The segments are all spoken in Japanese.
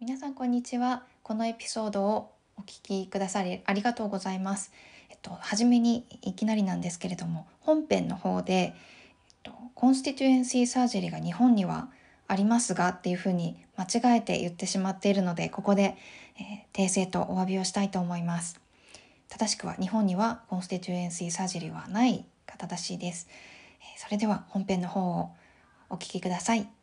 皆さんこんにちは。このエピソードをお聞きくださりありがとうございます。初めにいきなりなんですけれども、本編の方で、コンスティテュエンシーサージェリーが日本にはありますがっていうふうに間違えて言ってしまっているので、ここで、訂正とお詫びをしたいと思います。正しくは日本にはコンスティテュエンシーサージェリーはないが正しいです。それでは本編の方をお聞きください。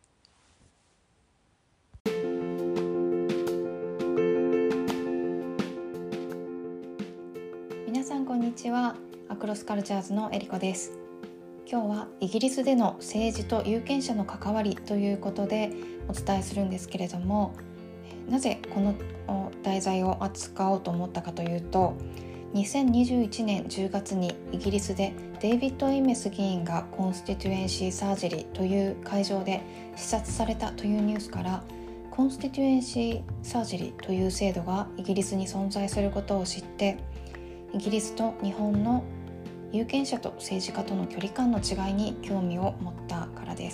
皆さんこんにちは。アクロスカルチャーズのエリコです。今日はイギリスでの政治と有権者の関わりということでお伝えするんですけれども、なぜこの題材を扱おうと思ったかというと、2021年10月にイギリスでデイビッド・エイメス議員がコンスティテュエンシーサージェリーという会場で視察されたというニュースから、コンスティテュエンシーサージェリーという制度がイギリスに存在することを知って、イギリスと日本の有権者と政治家との距離感の違いに興味を持ったからです。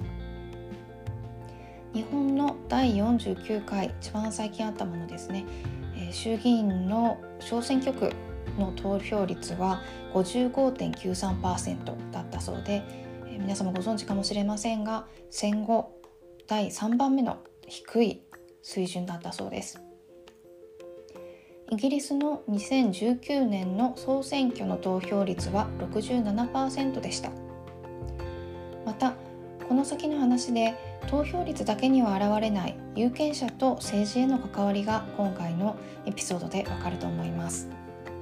日本の第49回、一番最近あったものですね、衆議院の小選挙区の投票率は 55.93% だったそうで、皆様ご存知かもしれませんが、戦後第3番目の低い水準だったそうです。イギリスの2019年の総選挙の投票率は 67% でした。また、この先の話で投票率だけには現れない有権者と政治への関わりが今回のエピソードでわかると思います。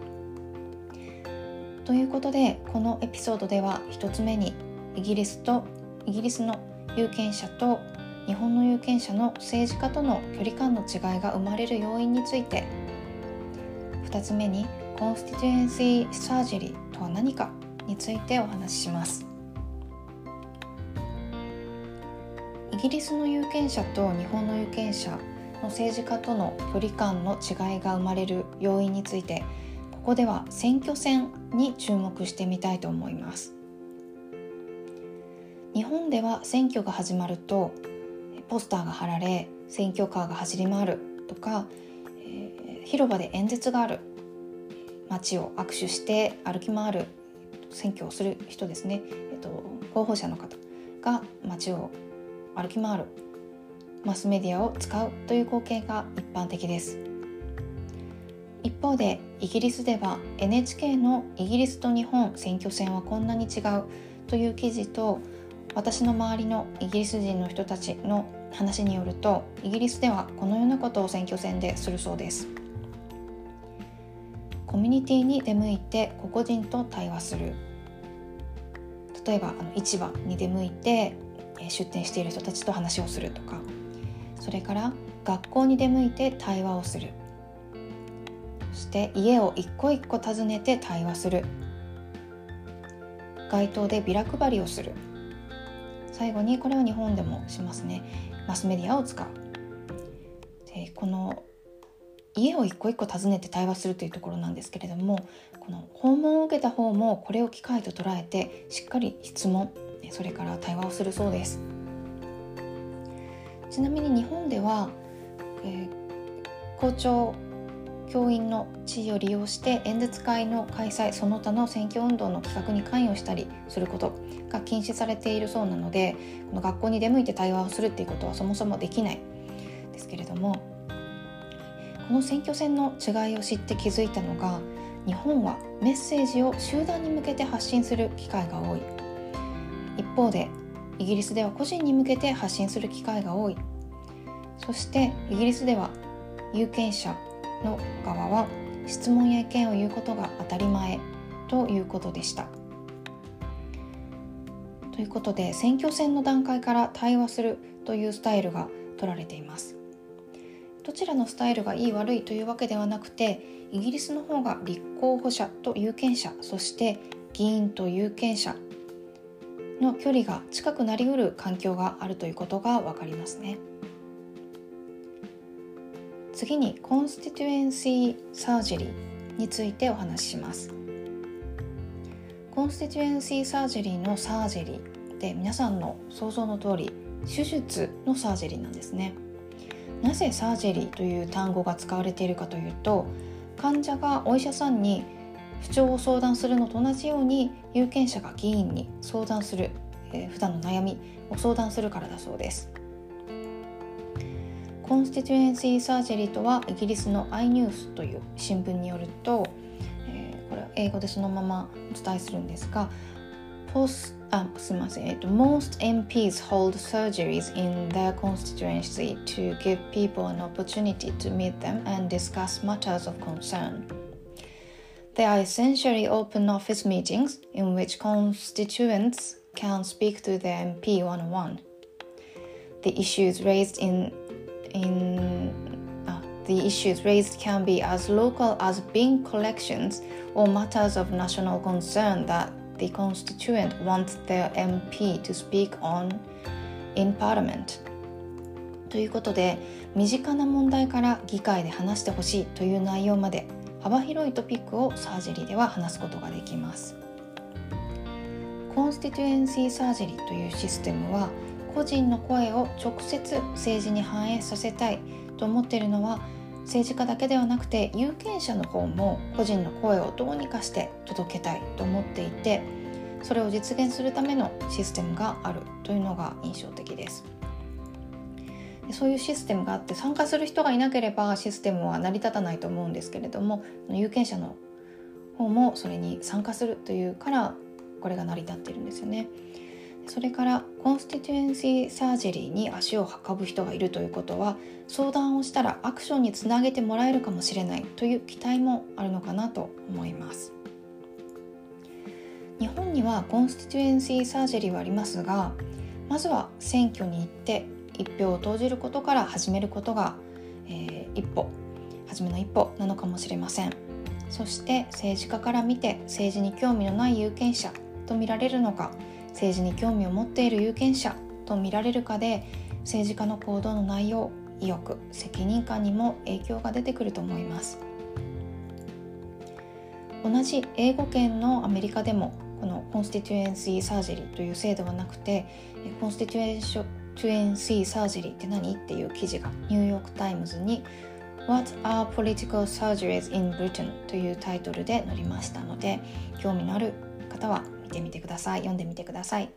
ということで、このエピソードでは1つ目にイギリスの有権者と日本の有権者の政治家との距離感の違いが生まれる要因について、2つ目にコンスティテュエンシーサージェリーとは何かについてお話しします。イギリスの有権者と日本の有権者の政治家との距離感の違いが生まれる要因について、ここでは選挙戦に注目してみたいと思います。日本では選挙が始まるとポスターが貼られ、選挙カーが走り回るとか、広場で演説がある、街を握手して歩き回る、選挙をする人ですね、候補者の方が街を歩き回る、マスメディアを使うという光景が一般的です。一方でイギリスでは NHK のイギリスと日本選挙戦はこんなに違うという記事と、私の周りのイギリス人の人たちの話によると、イギリスではこのようなことを選挙戦でするそうです。コミュニティに出向いて個々人と対話する。例えば市場に出向いて出店している人たちと話をするとか、それから学校に出向いて対話をする。そして家を一個一個訪ねて対話する。街頭でビラ配りをする。最後に、これは日本でもしますね、マスメディアを使う。で、この家を一個一個訪ねて対話するというところなんですけれども、この訪問を受けた方もこれを機会と捉えて、しっかり質問、それから対話をするそうです。ちなみに日本では、校長教員の地位を利用して演説会の開催、その他の選挙運動の企画に関与したりすることが禁止されているそうなので、この学校に出向いて対話をするっていうことはそもそもできないですけれども、この選挙戦の違いを知って気づいたのが、日本はメッセージを集団に向けて発信する機会が多い。一方でイギリスでは個人に向けて発信する機会が多い。そしてイギリスでは有権者の側は質問や意見を言うことが当たり前ということでした。ということで、選挙戦の段階から対話するというスタイルが取られています。どちらのスタイルがいい悪いというわけではなくて、イギリスの方が立候補者と有権者、そして議員と有権者の距離が近くなりうる環境があるということがわかりますね。次にコンスティテュエンシーサージェリーについてお話しします。コンスティテュエンシーサージェリーのサージェリーで、皆さんの想像の通り手術のサージェリーなんですね。 なぜサージェリーという単語が使われているかというと、患者がお医者さんに不調を相談するのと同じように有権者が議員に相談する、普段の悩みを相談するからだそうです。コンスティテュエンシーサージェリーとはイギリスの iNews という新聞によると、これは英語でそのままお伝えするんですが、Most MPs hold surgeries in their constituency to give people an opportunity to meet them and discuss matters of concern. They are essentially open office meetings in which constituents can speak to their MP one-on-one. The issues raised can be as local as bin collections or matters of national concern that the constituent wants their MP to speak on in Parliament. ということで、身近な問題から議会で話してほしいという内容まで幅広いトピックをサージェリーでは話すことができます。コンスティテュエンシーサージェリーというシステムは、個人の声を直接政治に反映させたいと思っているのは、政治家だけではなくて有権者の方も個人の声をどうにかして届けたいと思っていて、それを実現するためのシステムがあるというのが印象的です。そういうシステムがあって、参加する人がいなければシステムは成り立たないと思うんですけれども、有権者の方もそれに参加するというからこれが成り立っているんですよね。それからコンスティテュエンシーサージェリーに足を運ぶ人がいるということは、相談をしたらアクションにつなげてもらえるかもしれないという期待もあるのかなと思います。日本にはコンスティテュエンシーサージェリーはありますが、まずは選挙に行って一票を投じることから始めることが、初めの一歩なのかもしれません。そして政治家から見て政治に興味のない有権者と見られるのか、政治に興味を持っている有権者と見られるかで、政治家の行動の内容、意欲、責任感にも影響が出てくると思います。同じ英語圏のアメリカでもこのコンスティテュエンシーサージェリーという制度はなくて、コンスティテュエンシーサージェリーって何っていう記事がニューヨークタイムズに What are political surgeries in Britain というタイトルで載りましたので、興味のある方は見てみてください。読んでみてください。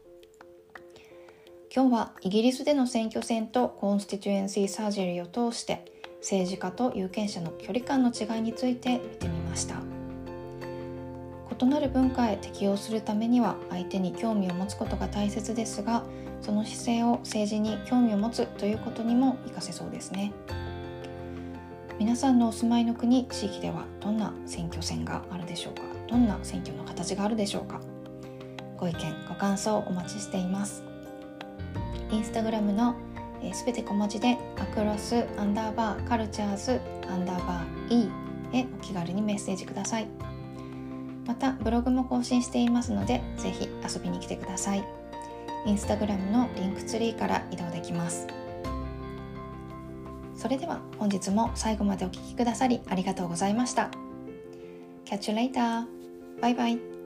今日はイギリスでの選挙戦とコンスティテュエンシーサージェリーを通して政治家と有権者の距離感の違いについて見てみました。異なる文化へ適応するためには相手に興味を持つことが大切ですが、その姿勢を政治に興味を持つということにも活かせそうですね。皆さんのお住まいの国、地域ではどんな選挙戦があるでしょうか。どんな選挙の形があるでしょうか。ご意見ご感想お待ちしています。インスタグラムのすべて小文字でacross_cultures_e へお気軽にメッセージください。またブログも更新していますので、ぜひ遊びに来てください。インスタグラムのリンクツリーから移動できます。それでは本日も最後までお聞きくださりありがとうございました。Catch you later. バイバイ。